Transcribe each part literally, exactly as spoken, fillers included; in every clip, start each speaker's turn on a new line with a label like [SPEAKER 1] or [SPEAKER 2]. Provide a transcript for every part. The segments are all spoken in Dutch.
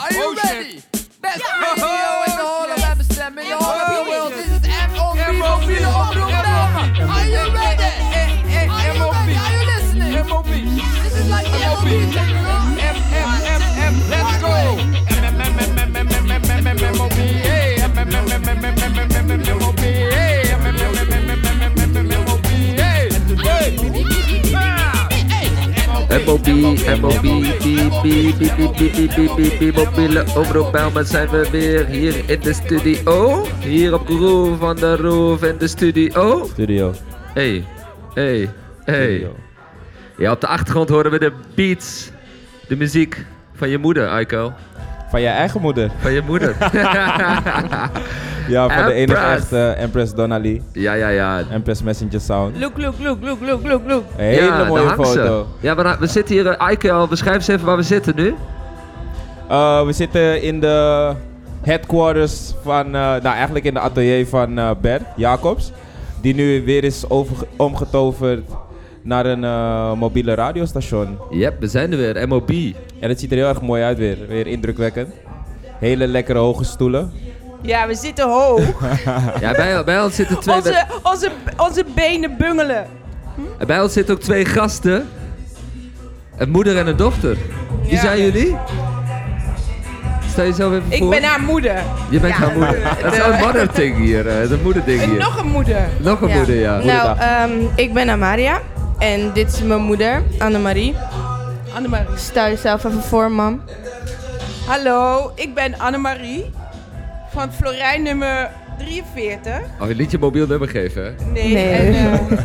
[SPEAKER 1] Are you ready? Best radio in the whole of Amsterdam, in the whole of the world. This is M O B, mobiele omroep Belmer. Are you ready? Are you ready? Are you listening? M O B. This is like the M O B thing, you know? M, M, M, M, let's go. M, M, M, M, M, M, M, M, M, M, M, O B. Hey, M, M, M, M, M, M, M, M, M, M, O B. Hey, M, M, M, M, M, M, M, M, M, M, O B. Hey, hey.
[SPEAKER 2] M O B, M O B, B, B, B, B, B, mobiele omroep Belmer zijn we weer hier in de studio. Hier op Groove van de Roof in de studio.
[SPEAKER 3] Studio.
[SPEAKER 2] Hey, hey, hey. Ja, op de achtergrond horen we de beats, de muziek van je moeder, Aiko.
[SPEAKER 3] Van je eigen moeder.
[SPEAKER 2] Van je moeder.
[SPEAKER 3] Ja, van de enige
[SPEAKER 2] Empress.
[SPEAKER 3] echte Empress Donnelly.
[SPEAKER 2] Ja, ja, ja.
[SPEAKER 3] Empress Messenger Sound.
[SPEAKER 4] Look, look, look, look, look, look, look.
[SPEAKER 3] Een hele
[SPEAKER 2] ja,
[SPEAKER 3] mooie
[SPEAKER 2] daar hangt ze.
[SPEAKER 3] foto.
[SPEAKER 2] Ja, we, we zitten hier, uh, Aiko, beschrijf eens even waar we zitten nu.
[SPEAKER 3] Uh, we zitten in de headquarters van, uh, nou eigenlijk in de atelier van uh, Bert Jacobs. Die nu weer is overge- omgetoverd naar een uh, mobiele radiostation.
[SPEAKER 2] Yep, we zijn er weer, M O B.
[SPEAKER 3] En het ziet er heel erg mooi uit weer. Weer indrukwekkend. Hele lekkere hoge stoelen.
[SPEAKER 4] Ja, we zitten hoog.
[SPEAKER 2] Ja, bij, bij ons zitten twee...
[SPEAKER 4] Onze, onze, onze benen bungelen.
[SPEAKER 2] En bij ons zitten ook twee gasten. Een moeder en een dochter. Wie
[SPEAKER 4] Ja.
[SPEAKER 2] zijn jullie? Stel jezelf even
[SPEAKER 4] Ik
[SPEAKER 2] voor.
[SPEAKER 4] ben haar moeder.
[SPEAKER 2] Je bent
[SPEAKER 4] Ja.
[SPEAKER 2] haar moeder. Dat is een mother thing hier. Het is een moederding
[SPEAKER 4] En
[SPEAKER 2] hier.
[SPEAKER 4] nog een moeder.
[SPEAKER 2] Nog een
[SPEAKER 5] Ja.
[SPEAKER 2] moeder, ja.
[SPEAKER 5] Nou, um, ik ben Amaria en dit is mijn moeder, Annemarie.
[SPEAKER 4] Annemarie.
[SPEAKER 5] Stel jezelf even voor, mam.
[SPEAKER 4] Hallo, ik ben Annemarie. Van Florijn nummer drieënveertig.
[SPEAKER 2] Oh, je liet je mobiel nummer geven, hè?
[SPEAKER 4] Nee.
[SPEAKER 5] Nee.
[SPEAKER 4] En, uh,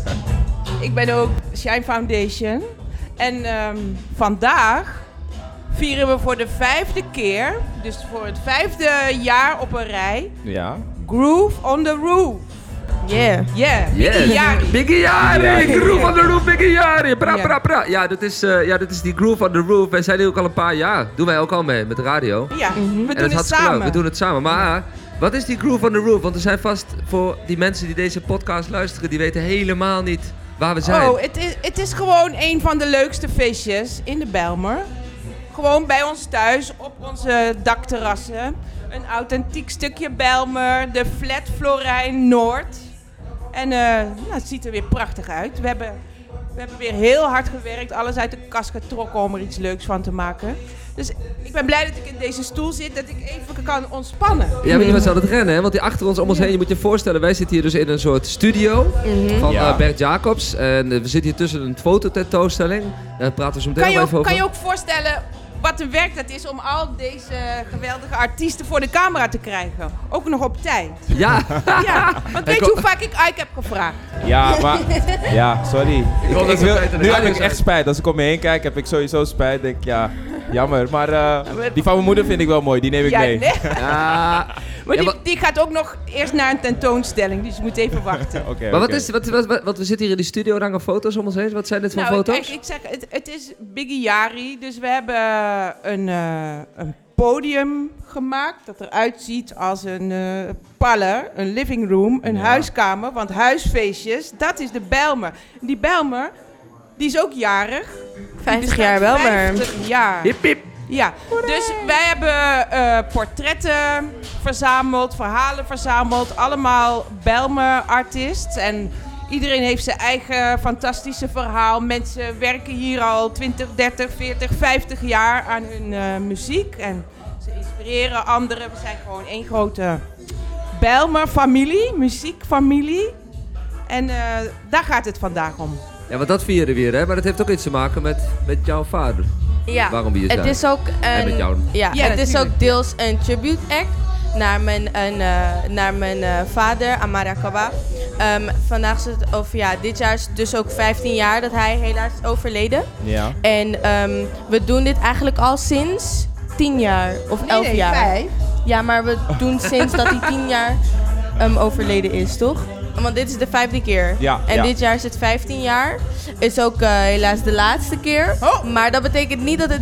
[SPEAKER 4] ik ben ook Shine Foundation. En um, vandaag vieren we voor de vijfde keer, dus voor het vijfde jaar op een rij,
[SPEAKER 3] Ja.
[SPEAKER 4] Groove on the Roof.
[SPEAKER 5] Yeah.
[SPEAKER 4] Yeah,
[SPEAKER 2] Yes.
[SPEAKER 4] Biggie Jari.
[SPEAKER 2] Biggie Jari,
[SPEAKER 3] Jari.
[SPEAKER 2] Groove on the Roof, Biggie Jari. Bra,
[SPEAKER 4] Ja.
[SPEAKER 2] bra, bra. Ja, dat is, uh, ja, dat is die Groove on the Roof. Wij zijn hier ook al een paar jaar. Doen wij ook al mee met de radio.
[SPEAKER 4] Ja, we
[SPEAKER 2] En
[SPEAKER 4] doen
[SPEAKER 2] dat is
[SPEAKER 4] het
[SPEAKER 2] hartstikke
[SPEAKER 4] samen.
[SPEAKER 2] leuk. We doen het samen. Maar wat is die Groove on the Roof? Want er zijn vast voor die mensen die deze podcast luisteren, die weten helemaal niet waar we zijn.
[SPEAKER 4] Oh, het is, het is gewoon een van de leukste feestjes in de Bijlmer. Gewoon bij ons thuis, op onze dakterrassen. Een authentiek stukje Bijlmer, de Flat Florijn Noord. En uh, nou, het ziet er weer prachtig uit. We hebben, we hebben weer heel hard gewerkt, alles uit de kast getrokken om er iets leuks van te maken. Dus ik ben blij dat ik in deze stoel zit, dat ik even kan ontspannen.
[SPEAKER 2] Ja, maar je was aan het rennen, hè? Want die achter ons, om ons heen, je moet je voorstellen, wij zitten hier dus in een soort studio van
[SPEAKER 3] Ja.
[SPEAKER 2] uh, Bert Jacobs. En uh, we zitten hier tussen een fototentoonstelling. Daar praten we zo meteen
[SPEAKER 4] Kan je,
[SPEAKER 2] nog even
[SPEAKER 4] ook,
[SPEAKER 2] over.
[SPEAKER 4] kan je ook voorstellen wat een werk dat is om al deze geweldige artiesten voor de camera te krijgen? Ook nog op tijd.
[SPEAKER 2] Ja,
[SPEAKER 4] Ja, want weet
[SPEAKER 2] Ik
[SPEAKER 4] je
[SPEAKER 2] wil-
[SPEAKER 4] hoe vaak ik Ike heb gevraagd?
[SPEAKER 3] Ja, maar... Ja, sorry. Ik,
[SPEAKER 2] wil
[SPEAKER 3] ik
[SPEAKER 2] dat we
[SPEAKER 3] wil,
[SPEAKER 2] tijd in de
[SPEAKER 3] nu heb
[SPEAKER 2] radio
[SPEAKER 3] ik
[SPEAKER 2] zijn.
[SPEAKER 3] echt spijt. Als ik om me heen kijk, heb ik sowieso spijt. Denk ik, ja, jammer. Maar uh, die van mijn moeder vind ik wel mooi. Die neem ik
[SPEAKER 4] Ja,
[SPEAKER 3] mee.
[SPEAKER 4] nee.
[SPEAKER 2] ja.
[SPEAKER 4] Maar
[SPEAKER 2] Ja,
[SPEAKER 4] die,
[SPEAKER 2] maar-
[SPEAKER 4] die gaat ook nog eerst naar een tentoonstelling, dus je moet even wachten.
[SPEAKER 3] Oké,
[SPEAKER 2] Maar wat
[SPEAKER 3] oké.
[SPEAKER 2] is, wat, wat, wat, wat- we zitten hier in die studio, er hangen foto's om ons heen. Wat zijn dit voor
[SPEAKER 4] Nou,
[SPEAKER 2] foto's?
[SPEAKER 4] kijk, ik zeg, het, het is Biggie Jari, dus we hebben een, eh, een podium gemaakt dat eruit ziet als een eh parlor, een living room, een
[SPEAKER 3] Ja.
[SPEAKER 4] huiskamer. Want huisfeestjes, dat is de Bijlmer. Die Bijlmer, die is ook jarig.
[SPEAKER 5] vijftig
[SPEAKER 4] Die
[SPEAKER 5] jaar
[SPEAKER 4] bestaat
[SPEAKER 5] wel, maar...
[SPEAKER 4] vijftig jaar.
[SPEAKER 2] Hip, hip.
[SPEAKER 4] Ja, dus wij hebben eh, portretten verzameld, verhalen verzameld. Allemaal Bijlmer-artists. En iedereen heeft zijn eigen fantastische verhaal. Mensen werken hier al twintig, dertig, veertig, vijftig jaar aan hun eh, muziek. En ze inspireren anderen. We zijn gewoon één grote Bijlmer-familie, muziekfamilie. En eh, daar gaat het vandaag om.
[SPEAKER 2] Ja, want dat vieren we weer, hè? Maar dat heeft ook iets te maken met, met jouw vader.
[SPEAKER 5] Ja,
[SPEAKER 2] Waarom we hier
[SPEAKER 5] het
[SPEAKER 2] zijn.
[SPEAKER 5] is ook
[SPEAKER 2] En met jou.
[SPEAKER 5] een, ja,
[SPEAKER 4] Ja,
[SPEAKER 5] het is
[SPEAKER 4] natuurlijk.
[SPEAKER 5] ook deels een tribute act naar mijn, een, eh, naar mijn eh, vader, Amaria Kawa. Ehm, vandaag is het, of ja, dit jaar is het dus ook vijftien jaar dat hij helaas is overleden.
[SPEAKER 3] Ja.
[SPEAKER 5] En ehm, we doen dit eigenlijk al sinds tien jaar of elf
[SPEAKER 4] nee,
[SPEAKER 5] jaar.
[SPEAKER 4] vijf.
[SPEAKER 5] Ja, maar we doen sinds dat hij tien jaar um, overleden is, toch? Want dit is de vijfde keer.
[SPEAKER 3] Ja,
[SPEAKER 5] En
[SPEAKER 3] ja.
[SPEAKER 5] dit jaar is het vijftien jaar. Is ook uh, helaas de laatste keer.
[SPEAKER 4] Oh.
[SPEAKER 5] Maar dat betekent niet dat het...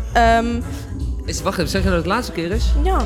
[SPEAKER 5] Um,
[SPEAKER 2] Is, wacht even, zeg je dat het de laatste keer is?
[SPEAKER 5] ja.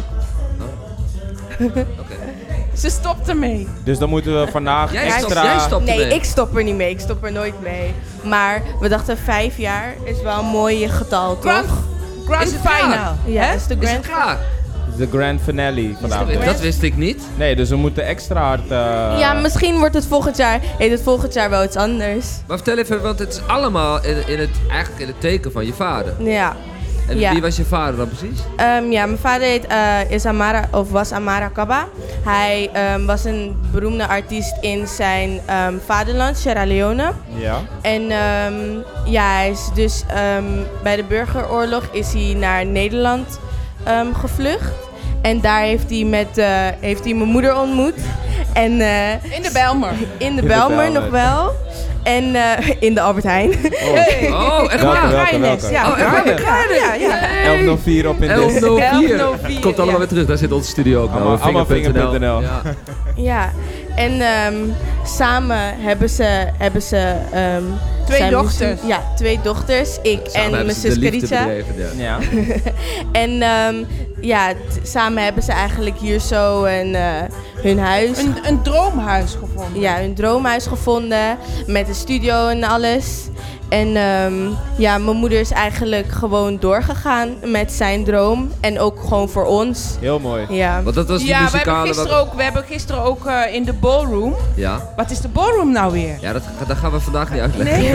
[SPEAKER 2] Oké.
[SPEAKER 4] Ze stopt ermee.
[SPEAKER 3] Dus dan moeten we vandaag
[SPEAKER 2] Jij stopt-
[SPEAKER 3] extra...
[SPEAKER 2] jij stopt
[SPEAKER 5] Nee,
[SPEAKER 2] ermee.
[SPEAKER 5] ik stop er niet mee. Ik stop er nooit mee. Maar we dachten vijf jaar is wel een mooi getal, toch?
[SPEAKER 4] Want grand
[SPEAKER 1] Is het klaar?
[SPEAKER 4] final.
[SPEAKER 5] Ja,
[SPEAKER 4] hè?
[SPEAKER 5] is de
[SPEAKER 1] Is
[SPEAKER 5] grand
[SPEAKER 1] het klaar?
[SPEAKER 3] Het is de grand finale vanavond.
[SPEAKER 1] Dat wist ik niet.
[SPEAKER 3] Nee, dus we moeten extra hard... eh,
[SPEAKER 5] Ja, misschien wordt het volgend jaar, heet het volgend jaar wel iets anders.
[SPEAKER 1] Maar vertel even, want het is allemaal in, in het, eigenlijk in het teken van je vader.
[SPEAKER 5] Ja.
[SPEAKER 1] En
[SPEAKER 5] Ja.
[SPEAKER 1] wie was je vader dan precies?
[SPEAKER 5] Ehm, ja, mijn vader heet, eh, is Amara, of was Amara Kaba. Hij ehm, was een beroemde artiest in zijn ehm, vaderland, Sierra Leone.
[SPEAKER 3] Ja.
[SPEAKER 5] En ehm, ja, hij is dus ehm, bij de burgeroorlog is hij naar Nederland ehm, gevlucht. En daar heeft hij, met, eh, heeft hij mijn moeder ontmoet. En, eh,
[SPEAKER 4] In de Bijlmer.
[SPEAKER 5] in de
[SPEAKER 3] de
[SPEAKER 5] Bijlmer
[SPEAKER 3] Bijlmer.
[SPEAKER 5] nog wel. En eh, in de Albert Heijn.
[SPEAKER 4] Hey.
[SPEAKER 1] Oh, echt
[SPEAKER 3] Welke,
[SPEAKER 1] waar?
[SPEAKER 3] welke,
[SPEAKER 4] Kleines,
[SPEAKER 3] welke?
[SPEAKER 4] ja.
[SPEAKER 1] Oh, echt waar?
[SPEAKER 4] Ja, ja, ja.
[SPEAKER 3] elf nul vier op in
[SPEAKER 1] elf
[SPEAKER 3] dit.
[SPEAKER 1] nul vier.
[SPEAKER 4] elf nul vier,
[SPEAKER 1] Komt allemaal
[SPEAKER 4] ja.
[SPEAKER 1] weer terug. Daar zit onze studio ook nou.
[SPEAKER 3] Allemaal- allemaal
[SPEAKER 1] Vinger punt n l.
[SPEAKER 3] vinger punt n l.
[SPEAKER 1] Ja.
[SPEAKER 5] Ja, en ehm, samen hebben ze, hebben ze ehm,
[SPEAKER 4] Twee
[SPEAKER 5] zijn
[SPEAKER 4] dochters.
[SPEAKER 5] muziek- Ja, twee dochters. Ik
[SPEAKER 1] Samen
[SPEAKER 5] en
[SPEAKER 1] hebben
[SPEAKER 5] mijn
[SPEAKER 1] ze
[SPEAKER 5] zus
[SPEAKER 1] de liefde
[SPEAKER 5] Karitja.
[SPEAKER 1] bedreven, ja.
[SPEAKER 3] Ja.
[SPEAKER 5] En ehm, ja, t- samen hebben ze eigenlijk hier zo een, eh, hun huis.
[SPEAKER 4] Een, een droomhuis gevonden.
[SPEAKER 5] Ja, hun droomhuis gevonden. Met een studio en alles. En ehm, ja, mijn moeder is eigenlijk gewoon doorgegaan met zijn droom. En ook gewoon voor ons.
[SPEAKER 3] Heel mooi.
[SPEAKER 5] Ja.
[SPEAKER 1] Want dat was die
[SPEAKER 4] Ja, we hebben,
[SPEAKER 1] muzikale...
[SPEAKER 4] gisteren
[SPEAKER 1] wat-
[SPEAKER 4] ook, we hebben gisteren ook eh, in de ballroom.
[SPEAKER 1] Ja.
[SPEAKER 4] Wat is de ballroom nou weer?
[SPEAKER 1] Ja, dat, dat gaan we vandaag niet uitleggen.
[SPEAKER 4] Nee.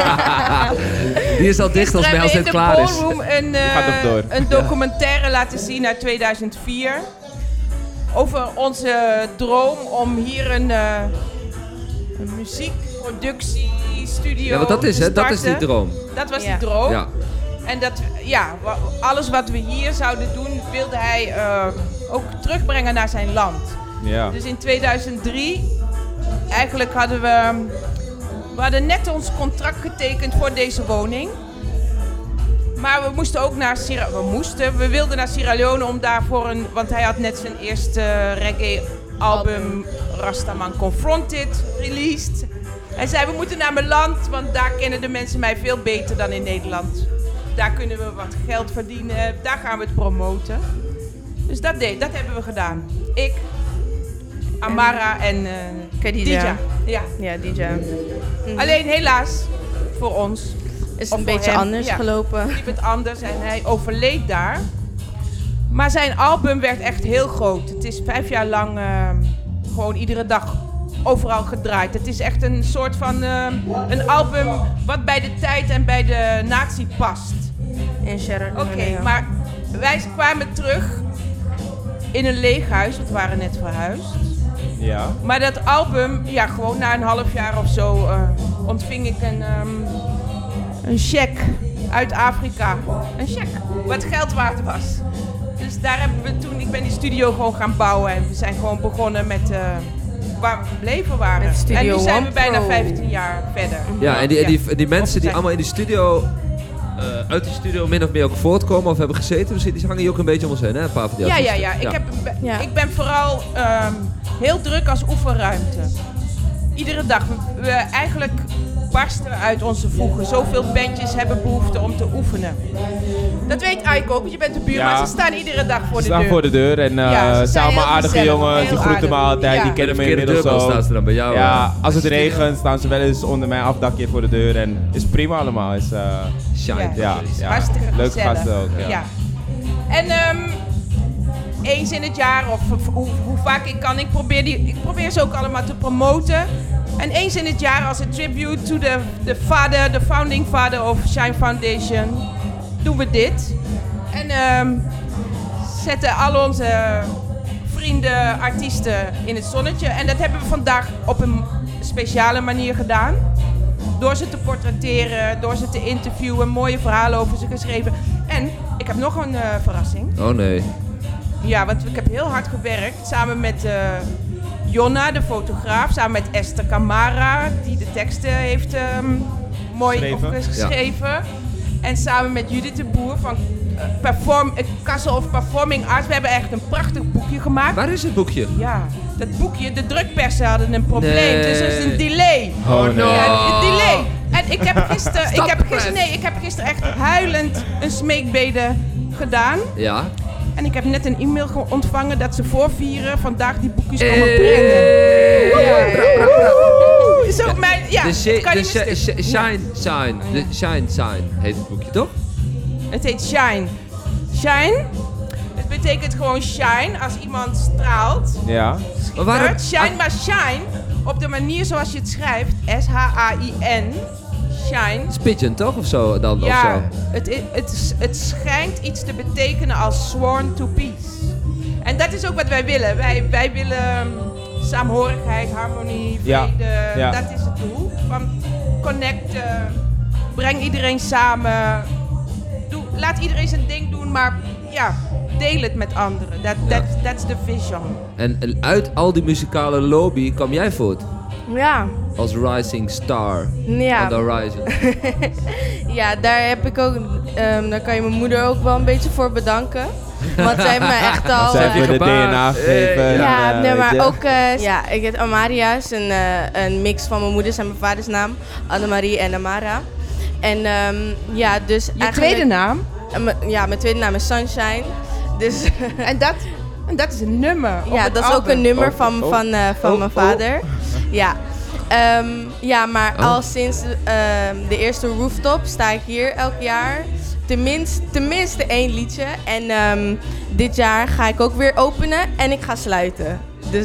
[SPEAKER 1] Die is al dicht als bij als
[SPEAKER 4] Gisteren
[SPEAKER 1] het
[SPEAKER 4] hebben
[SPEAKER 1] klaar
[SPEAKER 4] we
[SPEAKER 1] is.
[SPEAKER 4] in de ballroom een, eh,
[SPEAKER 3] gaat nog door.
[SPEAKER 4] een documentaire laten zien uit tweeduizend vier. Over onze droom om hier een, eh een muziekproductiestudio
[SPEAKER 1] Ja, want dat is
[SPEAKER 4] te
[SPEAKER 1] het. Dat is die
[SPEAKER 4] starten.
[SPEAKER 1] droom.
[SPEAKER 4] Dat was
[SPEAKER 5] Ja.
[SPEAKER 4] die droom.
[SPEAKER 1] Ja.
[SPEAKER 4] En dat, ja, wa- alles wat we hier zouden doen, wilde hij eh, ook terugbrengen naar zijn land.
[SPEAKER 3] Ja.
[SPEAKER 4] Dus in tweeduizend drie, eigenlijk hadden we, we hadden net ons contract getekend voor deze woning. Maar we moesten ook naar Sierra, we moesten, we wilden naar Sierra Leone om daarvoor een, want hij had net zijn eerste reggae album Rastaman Confronted released. Hij zei, we moeten naar mijn land, want daar kennen de mensen mij veel beter dan in Nederland. Daar kunnen we wat geld verdienen, daar gaan we het promoten. Dus dat, deed, dat hebben we gedaan. Ik, Amara en uh,
[SPEAKER 5] Khadija.
[SPEAKER 4] Ja.
[SPEAKER 5] Ja, D J. Mhm.
[SPEAKER 4] Alleen helaas, voor ons,
[SPEAKER 5] Is
[SPEAKER 4] Of
[SPEAKER 5] een
[SPEAKER 4] voor
[SPEAKER 5] beetje
[SPEAKER 4] hem,
[SPEAKER 5] anders
[SPEAKER 4] ja.
[SPEAKER 5] gelopen.
[SPEAKER 4] liep het anders en hij overleed daar. Maar zijn album werd echt heel groot. Het is vijf jaar lang uh, gewoon iedere dag overal gedraaid. Het is echt een soort van uh, een album wat bij de tijd en bij de natie past.
[SPEAKER 5] In Sierra
[SPEAKER 4] Oké,
[SPEAKER 5] Leone, ja.
[SPEAKER 4] maar wij kwamen terug in een leeg huis, want we waren net verhuisd.
[SPEAKER 3] Ja.
[SPEAKER 4] Maar dat album, ja, gewoon na een half jaar of zo uh, ontving ik een, um, een cheque uit Afrika. Een cheque, wat geld waard was. Dus daar hebben we toen, ik ben die studio gewoon gaan bouwen en we zijn gewoon begonnen met uh, waar we gebleven waren.
[SPEAKER 5] Met Studio
[SPEAKER 4] en nu zijn we
[SPEAKER 5] One
[SPEAKER 4] bijna
[SPEAKER 5] Pro.
[SPEAKER 4] vijftien jaar verder.
[SPEAKER 1] Ja, en die, en die, die mensen die
[SPEAKER 4] zijn-
[SPEAKER 1] allemaal in die studio, uh, uit die studio min of meer ook voortkomen of hebben gezeten, dus die hangen hier ook een beetje om ons heen, hè? Een paar van die
[SPEAKER 4] Ja, ja,
[SPEAKER 1] artiesten.
[SPEAKER 4] ja. Ik, heb,
[SPEAKER 5] Ja.
[SPEAKER 4] ik ben vooral ehm, heel druk als oefenruimte. Iedere dag. We, we eigenlijk barsten uit onze voegen. Zoveel bandjes hebben behoefte om te oefenen. Dat weet Ike ook, want je bent de buurman.
[SPEAKER 3] Ja.
[SPEAKER 4] Ze staan iedere dag voor
[SPEAKER 3] Ze
[SPEAKER 4] de
[SPEAKER 3] staan
[SPEAKER 4] deur.
[SPEAKER 3] voor de deur en uh,
[SPEAKER 4] Ja, ze
[SPEAKER 3] zijn
[SPEAKER 4] zijn
[SPEAKER 3] allemaal
[SPEAKER 4] heel
[SPEAKER 3] aardige
[SPEAKER 4] gezellig,
[SPEAKER 3] jongens.
[SPEAKER 4] heel
[SPEAKER 3] Die groeten me
[SPEAKER 4] aardig.
[SPEAKER 3] altijd.
[SPEAKER 4] Ja.
[SPEAKER 3] Die
[SPEAKER 1] Bij de
[SPEAKER 3] kennen me
[SPEAKER 1] verkeerde
[SPEAKER 3] inmiddels
[SPEAKER 1] deurbel
[SPEAKER 3] zo.
[SPEAKER 1] staan ze dan bij jou.
[SPEAKER 3] Ja, als het regent staan ze wel eens onder mijn afdakje voor de deur en is prima allemaal. Is, uh,
[SPEAKER 1] Shine.
[SPEAKER 4] Ja.
[SPEAKER 3] ja, ja.
[SPEAKER 4] Hartstikke
[SPEAKER 3] Leuke
[SPEAKER 4] gezellig.
[SPEAKER 3] gasten ook. Ja.
[SPEAKER 4] Ja. En ehm, eens in het jaar, of, of hoe, hoe vaak ik kan, ik probeer, die, ik probeer ze ook allemaal te promoten. En eens in het jaar als een tribute to the, the father, the founding father of Shine Foundation, doen we dit. En ehm, zetten al onze vrienden, artiesten in het zonnetje. En dat hebben we vandaag op een speciale manier gedaan. Door ze te portretteren, door ze te interviewen, mooie verhalen over ze geschreven. En ik heb nog een uh, verrassing.
[SPEAKER 1] Oh nee.
[SPEAKER 4] Ja, want ik heb heel hard gewerkt samen met uh, Jonna, de fotograaf, samen met Esther Camara, die de teksten heeft um, mooi
[SPEAKER 3] Geschreven.
[SPEAKER 4] op- geschreven. En samen met Judith de Boer van uh, Perform, uh, Castle of Performing Arts. We hebben echt een prachtig boekje gemaakt.
[SPEAKER 1] Waar is het boekje?
[SPEAKER 4] Ja, dat boekje, de drukpersen hadden een probleem,
[SPEAKER 1] Nee.
[SPEAKER 4] dus er is een delay.
[SPEAKER 3] Oh, nee.
[SPEAKER 4] Ja, een delay. En ik heb gisteren, ik
[SPEAKER 1] Stop
[SPEAKER 4] heb
[SPEAKER 1] the
[SPEAKER 4] gisteren,
[SPEAKER 1] press.
[SPEAKER 4] nee, ik heb gisteren echt huilend een smeekbede gedaan.
[SPEAKER 1] Ja.
[SPEAKER 4] En ik heb net een e-mail ge- ontvangen dat ze voor vieren vandaag die boekjes komen
[SPEAKER 1] Hey.
[SPEAKER 4] brengen. Ja.
[SPEAKER 1] Bra, bra, bra.
[SPEAKER 4] Zo mijn, ja,
[SPEAKER 1] De,
[SPEAKER 4] het
[SPEAKER 1] shi-
[SPEAKER 4] kan
[SPEAKER 1] de
[SPEAKER 4] niet meer
[SPEAKER 1] shi-
[SPEAKER 4] stuk.
[SPEAKER 1] shi- Shine Sign. De Shine Sign heet het boekje, toch?
[SPEAKER 4] Het heet Shine. Shine, het betekent gewoon shine als iemand straalt.
[SPEAKER 3] Ja.
[SPEAKER 2] Maar waarom-
[SPEAKER 4] Schittert. Shine, maar shine op de manier zoals je het schrijft. S H A I N. Shine.
[SPEAKER 2] Het is pigeon toch of zo dan? Of
[SPEAKER 4] Ja,
[SPEAKER 2] zo?
[SPEAKER 4] het, i- het, s- het schijnt iets te betekenen als sworn to peace. En dat is ook wat wij willen. Wij, wij willen um, saamhorigheid, harmonie,
[SPEAKER 3] Ja,
[SPEAKER 4] vrede.
[SPEAKER 3] ja.
[SPEAKER 4] Dat is het doel. Van connecten, breng iedereen samen. Doe, laat iedereen zijn ding doen, maar ja, deel het met anderen. Dat
[SPEAKER 2] Ja.
[SPEAKER 4] that, that's the vision.
[SPEAKER 2] En, en uit al die muzikale lobby kwam jij voort.
[SPEAKER 5] Ja,
[SPEAKER 2] Als rising star
[SPEAKER 5] ja.
[SPEAKER 2] on the horizon.
[SPEAKER 5] Ja, daar heb ik ook, ehm, daar kan je mijn moeder ook wel een beetje voor bedanken. Want zij heeft me echt al...
[SPEAKER 3] Zij
[SPEAKER 5] eh,
[SPEAKER 3] heeft me de D N A gegeven.
[SPEAKER 2] Hey,
[SPEAKER 3] en,
[SPEAKER 5] ja,
[SPEAKER 3] eh,
[SPEAKER 5] nee,
[SPEAKER 3] weet
[SPEAKER 5] maar
[SPEAKER 3] je.
[SPEAKER 5] ook, eh, ja, ik heet Amaria, is een, eh, een mix van mijn moeders en mijn vaders naam, Annemarie en Amara. En ehm, ja, dus
[SPEAKER 4] Je
[SPEAKER 5] eigenlijk...
[SPEAKER 4] tweede naam.
[SPEAKER 5] Eh, mijn- Ja, mijn tweede naam is Sunshine. Dus
[SPEAKER 4] En dat, en dat is een nummer. op
[SPEAKER 5] ja,
[SPEAKER 4] het
[SPEAKER 5] dat is ook
[SPEAKER 4] album.
[SPEAKER 5] een nummer
[SPEAKER 3] Oh,
[SPEAKER 5] van,
[SPEAKER 3] oh.
[SPEAKER 5] van, eh, van
[SPEAKER 2] Oh,
[SPEAKER 5] mijn
[SPEAKER 2] oh.
[SPEAKER 5] vader. Ja. Ehm, ja, maar
[SPEAKER 2] Oh.
[SPEAKER 5] al sinds ehm, de eerste rooftop sta ik hier elk jaar. Tenminste, tenminste één liedje. En ehm, dit jaar ga ik ook weer openen en ik ga sluiten. Dus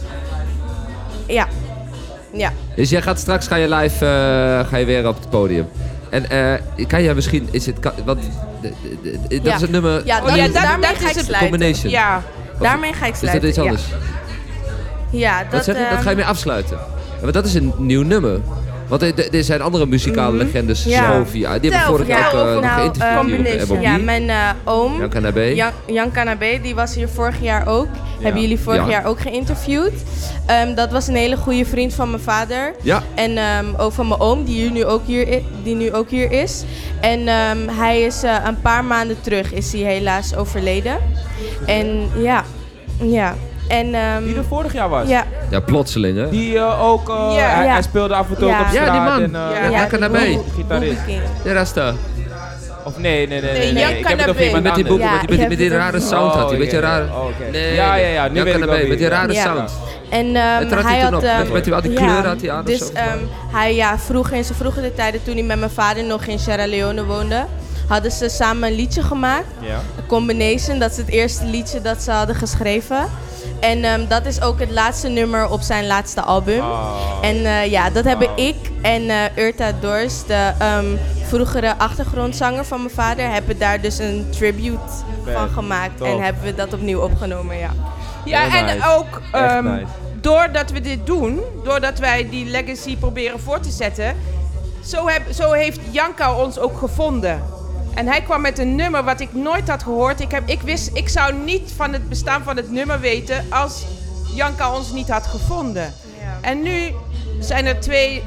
[SPEAKER 5] ja. Ja.
[SPEAKER 2] Dus jij gaat straks ga je live eh, ga je weer op het podium. En eh, kan jij misschien, is het, kan, want de- de- de- dat
[SPEAKER 5] Ja.
[SPEAKER 2] is het nummer,
[SPEAKER 5] Ja,
[SPEAKER 4] Oh,
[SPEAKER 5] dat,
[SPEAKER 4] ja, dat-
[SPEAKER 5] daarmee
[SPEAKER 4] dat
[SPEAKER 5] ga
[SPEAKER 4] is
[SPEAKER 5] ik
[SPEAKER 4] het
[SPEAKER 5] sluiten.
[SPEAKER 2] combination.
[SPEAKER 4] Ja.
[SPEAKER 2] Of
[SPEAKER 5] Daarmee ga ik
[SPEAKER 2] is
[SPEAKER 5] sluiten.
[SPEAKER 2] dat iets
[SPEAKER 5] ja.
[SPEAKER 2] anders?
[SPEAKER 5] Ja, dat,
[SPEAKER 2] Wat zeg je? Dat
[SPEAKER 5] ehm,
[SPEAKER 2] ga je mee afsluiten. Ja, maar dat is een nieuw nummer. Want er, er- er zijn andere muzikale legendes,
[SPEAKER 5] Mhm. Ja.
[SPEAKER 2] Sophie, ah, die hebben vorig
[SPEAKER 5] Ja,
[SPEAKER 2] jaar ook
[SPEAKER 5] over-
[SPEAKER 2] uh,
[SPEAKER 5] nou,
[SPEAKER 2] geïnterviewd
[SPEAKER 5] ehm,
[SPEAKER 2] op M O B.
[SPEAKER 5] ja, mijn eh, oom,
[SPEAKER 2] Jan Kanabé.
[SPEAKER 5] Jan, Jan Kanabé, die was hier vorig jaar ook. Hebben jullie vorig
[SPEAKER 2] Ja.
[SPEAKER 5] jaar ook geïnterviewd. Ehm, dat was een hele goede vriend van mijn vader.
[SPEAKER 2] Ja.
[SPEAKER 5] En ehm, ook van mijn oom, die, hier nu, ook hier, i- die nu ook hier is. En ehm, hij is eh, een paar maanden terug, is hij helaas overleden. En ja, ja. En, ehm,
[SPEAKER 3] Die er vorig jaar was.
[SPEAKER 5] ja,
[SPEAKER 2] Ja, plotseling hè.
[SPEAKER 3] Die eh, ook, eh,
[SPEAKER 4] Ja.
[SPEAKER 3] hij,
[SPEAKER 5] Ja.
[SPEAKER 3] hij speelde af en toe
[SPEAKER 5] Ja.
[SPEAKER 3] ook op
[SPEAKER 2] Ja,
[SPEAKER 3] straat.
[SPEAKER 2] die man.
[SPEAKER 3] En, eh,
[SPEAKER 2] Ja, Jan Kanabé.
[SPEAKER 5] Boe-
[SPEAKER 3] Gitarist.
[SPEAKER 5] Boe King.
[SPEAKER 2] Ja, daar staat.
[SPEAKER 3] Of nee, nee, nee. nee,
[SPEAKER 4] Nee,
[SPEAKER 3] nee.
[SPEAKER 4] Jan
[SPEAKER 3] Ik heb het over
[SPEAKER 4] Kanabé.
[SPEAKER 3] iemand
[SPEAKER 2] Met die
[SPEAKER 3] anders.
[SPEAKER 2] boeken,
[SPEAKER 5] Ja,
[SPEAKER 2] met die, met die, met die
[SPEAKER 5] ik heb
[SPEAKER 2] rare
[SPEAKER 5] het
[SPEAKER 2] sound had hij.
[SPEAKER 3] Oh,
[SPEAKER 2] Beetje
[SPEAKER 3] oké.
[SPEAKER 2] raar.
[SPEAKER 3] Oh, oké.
[SPEAKER 2] Nee,
[SPEAKER 3] Ja, ja, ja, nu
[SPEAKER 2] Jan
[SPEAKER 3] weet ik
[SPEAKER 2] Kanabé,
[SPEAKER 3] wel
[SPEAKER 2] met die
[SPEAKER 3] wie.
[SPEAKER 2] rare
[SPEAKER 5] Ja.
[SPEAKER 2] sound.
[SPEAKER 5] En
[SPEAKER 2] Wat
[SPEAKER 5] ehm,
[SPEAKER 2] had hij
[SPEAKER 5] hij
[SPEAKER 2] toen
[SPEAKER 5] had...
[SPEAKER 2] op?
[SPEAKER 5] ehm,
[SPEAKER 2] Met- met die- al die
[SPEAKER 5] ja,
[SPEAKER 2] kleuren had hij aan of
[SPEAKER 5] Dus
[SPEAKER 2] zo?
[SPEAKER 5] ehm, hij, ja, vroeger in zijn vroegere tijden, toen hij met mijn vader nog in Sierra Leone woonde, hadden ze samen een liedje gemaakt.
[SPEAKER 3] Ja.
[SPEAKER 5] Combination, dat is het eerste liedje dat ze hadden geschreven. En ehm, dat is ook het laatste nummer op zijn laatste album.
[SPEAKER 3] Oh.
[SPEAKER 5] En eh, ja, dat hebben
[SPEAKER 3] Oh.
[SPEAKER 5] ik en eh Urta Dors, de ehm, vroegere achtergrondzanger van mijn vader, hebben daar dus een tribute
[SPEAKER 3] Vet.
[SPEAKER 5] van gemaakt.
[SPEAKER 3] Tof.
[SPEAKER 5] En hebben we dat opnieuw opgenomen, ja.
[SPEAKER 4] Ja,
[SPEAKER 3] Heel
[SPEAKER 4] en
[SPEAKER 3] nice.
[SPEAKER 4] ook
[SPEAKER 3] Echt
[SPEAKER 4] ehm,
[SPEAKER 3] nice.
[SPEAKER 4] doordat we dit doen, doordat wij die legacy proberen voor te zetten, zo, heb, zo heeft Janka ons ook gevonden. En hij kwam met een nummer wat ik nooit had gehoord. Ik, heb, ik, wist, ik zou niet van het bestaan van het nummer weten als Janka ons niet had gevonden.
[SPEAKER 5] Ja.
[SPEAKER 4] En nu zijn er twee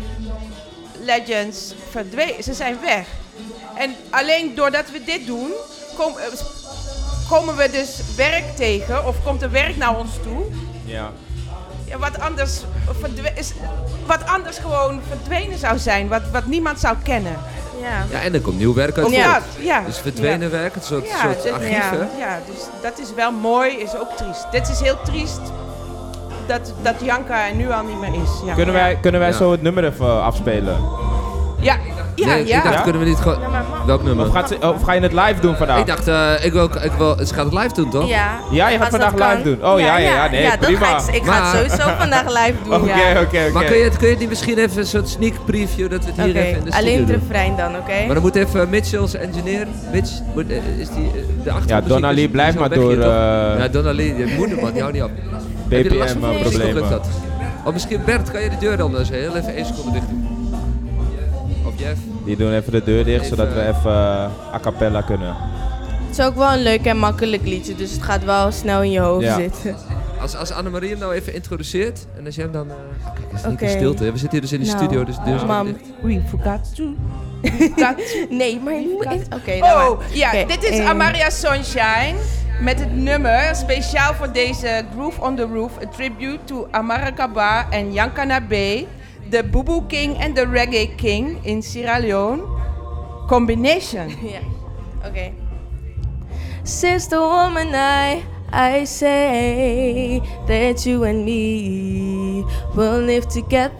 [SPEAKER 4] legends verdwenen. Ze zijn weg. En alleen doordat we dit doen, kom, eh, komen we dus werk tegen. Of komt er werk naar ons toe.
[SPEAKER 3] Ja.
[SPEAKER 4] Ja, wat, anders verdwe- is, wat anders gewoon verdwenen zou zijn. Wat, wat niemand zou kennen.
[SPEAKER 5] Ja.
[SPEAKER 2] Ja, en er komt nieuw werk uit
[SPEAKER 4] Of
[SPEAKER 2] voort.
[SPEAKER 4] dat, ja.
[SPEAKER 2] Dus verdwenen
[SPEAKER 4] Ja.
[SPEAKER 2] werk, een soort,
[SPEAKER 4] Ja,
[SPEAKER 2] soort
[SPEAKER 4] dit-
[SPEAKER 2] archief,
[SPEAKER 5] ja.
[SPEAKER 2] hè?
[SPEAKER 4] Ja, dus dat is wel mooi, is ook triest. Dit is heel triest dat, dat Janka er nu al niet meer is. Ja,
[SPEAKER 3] Kunnen wij, kunnen wij
[SPEAKER 2] Ja.
[SPEAKER 3] zo het nummer even afspelen?
[SPEAKER 4] Ja, ja,
[SPEAKER 2] Nee,
[SPEAKER 4] ja.
[SPEAKER 2] ik dacht,
[SPEAKER 3] Ja?
[SPEAKER 2] kunnen we niet gewoon...
[SPEAKER 5] maar man.
[SPEAKER 2] Welk nummer?
[SPEAKER 3] Of, gaat ze, of ga je het live doen vandaag?
[SPEAKER 2] Ik dacht, eh, ik wil, ik wil, ze gaat het live doen, toch?
[SPEAKER 5] Ja,
[SPEAKER 3] Ja, je gaat
[SPEAKER 5] als dat
[SPEAKER 3] vandaag
[SPEAKER 5] kan.
[SPEAKER 3] live doen. Oh, ja, ja, ja, nee,
[SPEAKER 5] ja, dat
[SPEAKER 3] prima.
[SPEAKER 5] Ga ik ik ga
[SPEAKER 2] Maar-
[SPEAKER 5] het sowieso vandaag live doen.
[SPEAKER 3] Oké,
[SPEAKER 5] ja.
[SPEAKER 3] oké,
[SPEAKER 2] Maar
[SPEAKER 3] oké.
[SPEAKER 2] kun je, het, kun je het niet misschien even een soort sneak preview dat we het hier
[SPEAKER 5] Oké,
[SPEAKER 2] even in de studio
[SPEAKER 5] alleen het
[SPEAKER 2] doen?
[SPEAKER 5] refrein dan, oké?
[SPEAKER 2] Maar dan moet even Mitch, onze engineer, Mitch, moet, eh, is die eh, de achtergrond?
[SPEAKER 3] Ja, Donnelly,
[SPEAKER 2] is-
[SPEAKER 3] blijf
[SPEAKER 2] is
[SPEAKER 3] maar
[SPEAKER 2] wel weg
[SPEAKER 3] door,
[SPEAKER 2] hier, toch?
[SPEAKER 3] eh,
[SPEAKER 2] Ja, Donnelly, je moeder man, die houdt niet op. Heb je er last van?
[SPEAKER 3] B P
[SPEAKER 2] Misschien lukt
[SPEAKER 3] M-problemen.
[SPEAKER 2] dat. Of misschien Bert, kan je de deur dan eens heel even één seconde dicht doen? Of Jeff?
[SPEAKER 3] Die doen even de deur dicht,
[SPEAKER 2] Even-
[SPEAKER 3] zodat we even eh, a cappella kunnen.
[SPEAKER 5] Het is ook wel een leuk en makkelijk liedje, dus het gaat wel snel in je hoofd
[SPEAKER 3] Ja.
[SPEAKER 5] zitten.
[SPEAKER 2] Als, als Annemarie hem nou even introduceert en als jij hem dan... uh, kijk, het is niet
[SPEAKER 5] Oké.
[SPEAKER 2] in stilte. hè. We zitten hier dus in de
[SPEAKER 5] Nou,
[SPEAKER 2] studio, dus de deur is
[SPEAKER 5] mam.
[SPEAKER 2] even dicht.
[SPEAKER 4] We forgot to.
[SPEAKER 5] Nee, maar je moet... Oké, nou
[SPEAKER 4] Oh,
[SPEAKER 5] maar.
[SPEAKER 4] ja,
[SPEAKER 5] Oké,
[SPEAKER 4] dit is
[SPEAKER 5] ehm,
[SPEAKER 4] Amaria Sunshine met het nummer speciaal voor deze Groove on the Roof, a tribute to Amara Kaba en Janka Nabe, de Bubu King en de Reggae King in Sierra Leone. Combination.
[SPEAKER 5] Ja, oké. Since the woman I, I say that you and me will live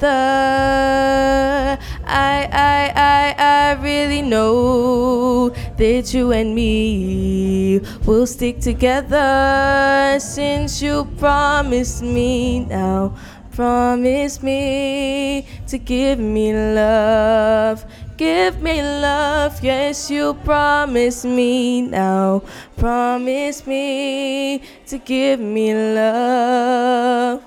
[SPEAKER 5] together. I, I, I, I really know that you and me will stick together since you promised me now. Promise me to give me love. Give me love, yes, you promise me now. Promise me to give me love.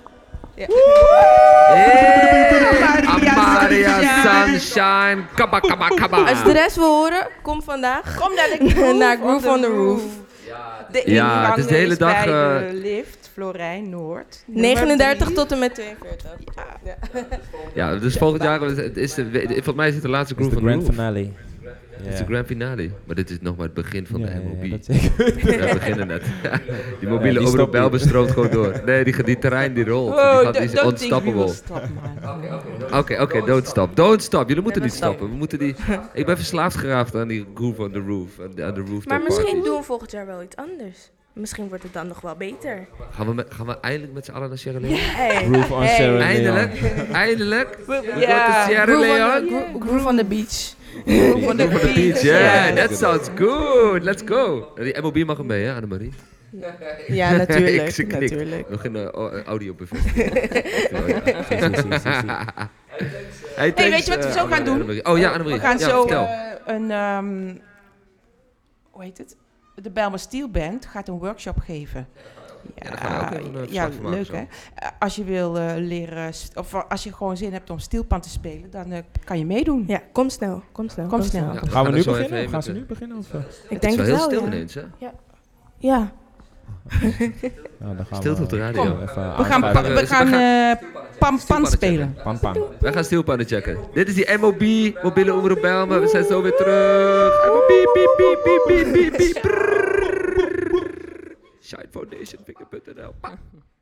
[SPEAKER 2] Hey, Amaria Sunshine. Kabba, kabba, kabba.
[SPEAKER 5] Als je de rest wil horen, kom vandaag
[SPEAKER 4] Kom naar de Groove,
[SPEAKER 5] naar Groove on the Roof.
[SPEAKER 4] De
[SPEAKER 2] Ja,
[SPEAKER 4] ingang
[SPEAKER 2] het is de hele
[SPEAKER 4] is
[SPEAKER 2] dag,
[SPEAKER 4] bij
[SPEAKER 2] eh,
[SPEAKER 4] de lift, Florijn Noord.
[SPEAKER 5] negenendertig tot en met tweeënveertig. Ja.
[SPEAKER 2] Ja, dus volgend jaar het is de, volgens mij is het de laatste
[SPEAKER 3] Dat is
[SPEAKER 2] Groove
[SPEAKER 3] de
[SPEAKER 2] on the
[SPEAKER 3] grand
[SPEAKER 2] Roof.
[SPEAKER 3] finale.
[SPEAKER 2] Het is de grand finale. Maar dit is nog maar het begin van
[SPEAKER 3] Ja,
[SPEAKER 2] de
[SPEAKER 3] ja,
[SPEAKER 2] M O B.
[SPEAKER 3] ja, dat zeker.
[SPEAKER 2] We beginnen net. Die mobiele
[SPEAKER 3] Ja, die
[SPEAKER 2] omroep
[SPEAKER 3] stopt
[SPEAKER 2] Belmen
[SPEAKER 3] niet.
[SPEAKER 2] stroomt gewoon door. Nee, die, die terrein die rolt.
[SPEAKER 4] Oh,
[SPEAKER 2] die, gaat, die is
[SPEAKER 4] don't think we will
[SPEAKER 2] unstoppable.
[SPEAKER 4] stop, man.
[SPEAKER 2] Oké, oké, don't stop. Don't stop. Jullie moeten
[SPEAKER 4] Ja,
[SPEAKER 2] niet
[SPEAKER 4] don't
[SPEAKER 2] stoppen. We moeten die... Ik ben verslaafd geraakt aan die Groove on the Roof. Aan de, aan de rooftop
[SPEAKER 5] Maar misschien
[SPEAKER 2] parties.
[SPEAKER 5] doen we volgend jaar wel iets anders. Misschien wordt het dan nog wel beter.
[SPEAKER 2] Gaan we, met, gaan we eindelijk met z'n allen naar Sierra Leone?
[SPEAKER 4] Hey.
[SPEAKER 3] Groove on
[SPEAKER 4] Hey.
[SPEAKER 3] Sierra Leone.
[SPEAKER 2] Eindelijk? Eindelijk? We gaan
[SPEAKER 4] Ja.
[SPEAKER 2] to Sierra
[SPEAKER 5] Groove on
[SPEAKER 2] Leone?
[SPEAKER 5] the, gro- groove on the beach.
[SPEAKER 4] Groove on the
[SPEAKER 2] Groove on the beach,
[SPEAKER 4] beach,
[SPEAKER 2] yeah.
[SPEAKER 4] ja.
[SPEAKER 2] That sounds good. Let's go. Die M O B mag er mee, hè, Annemarie?
[SPEAKER 5] Ja, natuurlijk.
[SPEAKER 2] Ik ze knik.
[SPEAKER 5] natuurlijk.
[SPEAKER 2] Nog geen uh, audio bevestiging. Oh, ja.
[SPEAKER 3] Zie, zie, zie, zie, zie.
[SPEAKER 2] Hey,
[SPEAKER 4] Hey,
[SPEAKER 2] thanks,
[SPEAKER 4] weet je wat we
[SPEAKER 2] eh,
[SPEAKER 4] zo gaan doen?
[SPEAKER 2] Annemarie. Oh ja, Annemarie.
[SPEAKER 4] We gaan
[SPEAKER 2] ja,
[SPEAKER 4] zo
[SPEAKER 2] vertel.
[SPEAKER 4] eh, een, ehm, hoe heet het? De Bijlmer Steel Band gaat een workshop geven. Ja,
[SPEAKER 2] daar gaan we ook even een
[SPEAKER 4] ja,
[SPEAKER 2] verslag van maken
[SPEAKER 4] leuk
[SPEAKER 2] zo.
[SPEAKER 4] hè. Eh, als je wil eh, leren, st- of als je gewoon zin hebt om steelpan te spelen, dan eh, kan je meedoen.
[SPEAKER 5] Ja, kom snel. Kom snel.
[SPEAKER 4] Kom snel.
[SPEAKER 2] Ja,
[SPEAKER 3] Gaan we
[SPEAKER 2] er
[SPEAKER 3] nu
[SPEAKER 2] zo even
[SPEAKER 3] beginnen?
[SPEAKER 2] heen
[SPEAKER 3] Of gaan
[SPEAKER 2] met
[SPEAKER 3] ze
[SPEAKER 2] de-
[SPEAKER 3] nu beginnen? Of, eh?
[SPEAKER 5] Ik
[SPEAKER 2] Het is
[SPEAKER 5] denk
[SPEAKER 2] wel
[SPEAKER 5] het
[SPEAKER 2] heel
[SPEAKER 5] wel,
[SPEAKER 2] stil
[SPEAKER 5] ja.
[SPEAKER 2] ineens, hè?
[SPEAKER 5] Ja.
[SPEAKER 3] Ja, dan gaan
[SPEAKER 2] Stilte
[SPEAKER 3] we
[SPEAKER 2] op de radio.
[SPEAKER 3] Even
[SPEAKER 4] We gaan,
[SPEAKER 3] aansluiten.
[SPEAKER 4] pa- we
[SPEAKER 2] we
[SPEAKER 4] gaan
[SPEAKER 2] gaan-
[SPEAKER 4] eh, pam pan spelen.
[SPEAKER 3] Pam, pam.
[SPEAKER 2] Wij gaan stilpannen checken. Dit is die M O B, mobiele omroep Bijlmer. We zijn zo weer terug. M O B, piep, piep, piep, piep, piep, piep, piep. Shine Foundation, Vinger punt n l.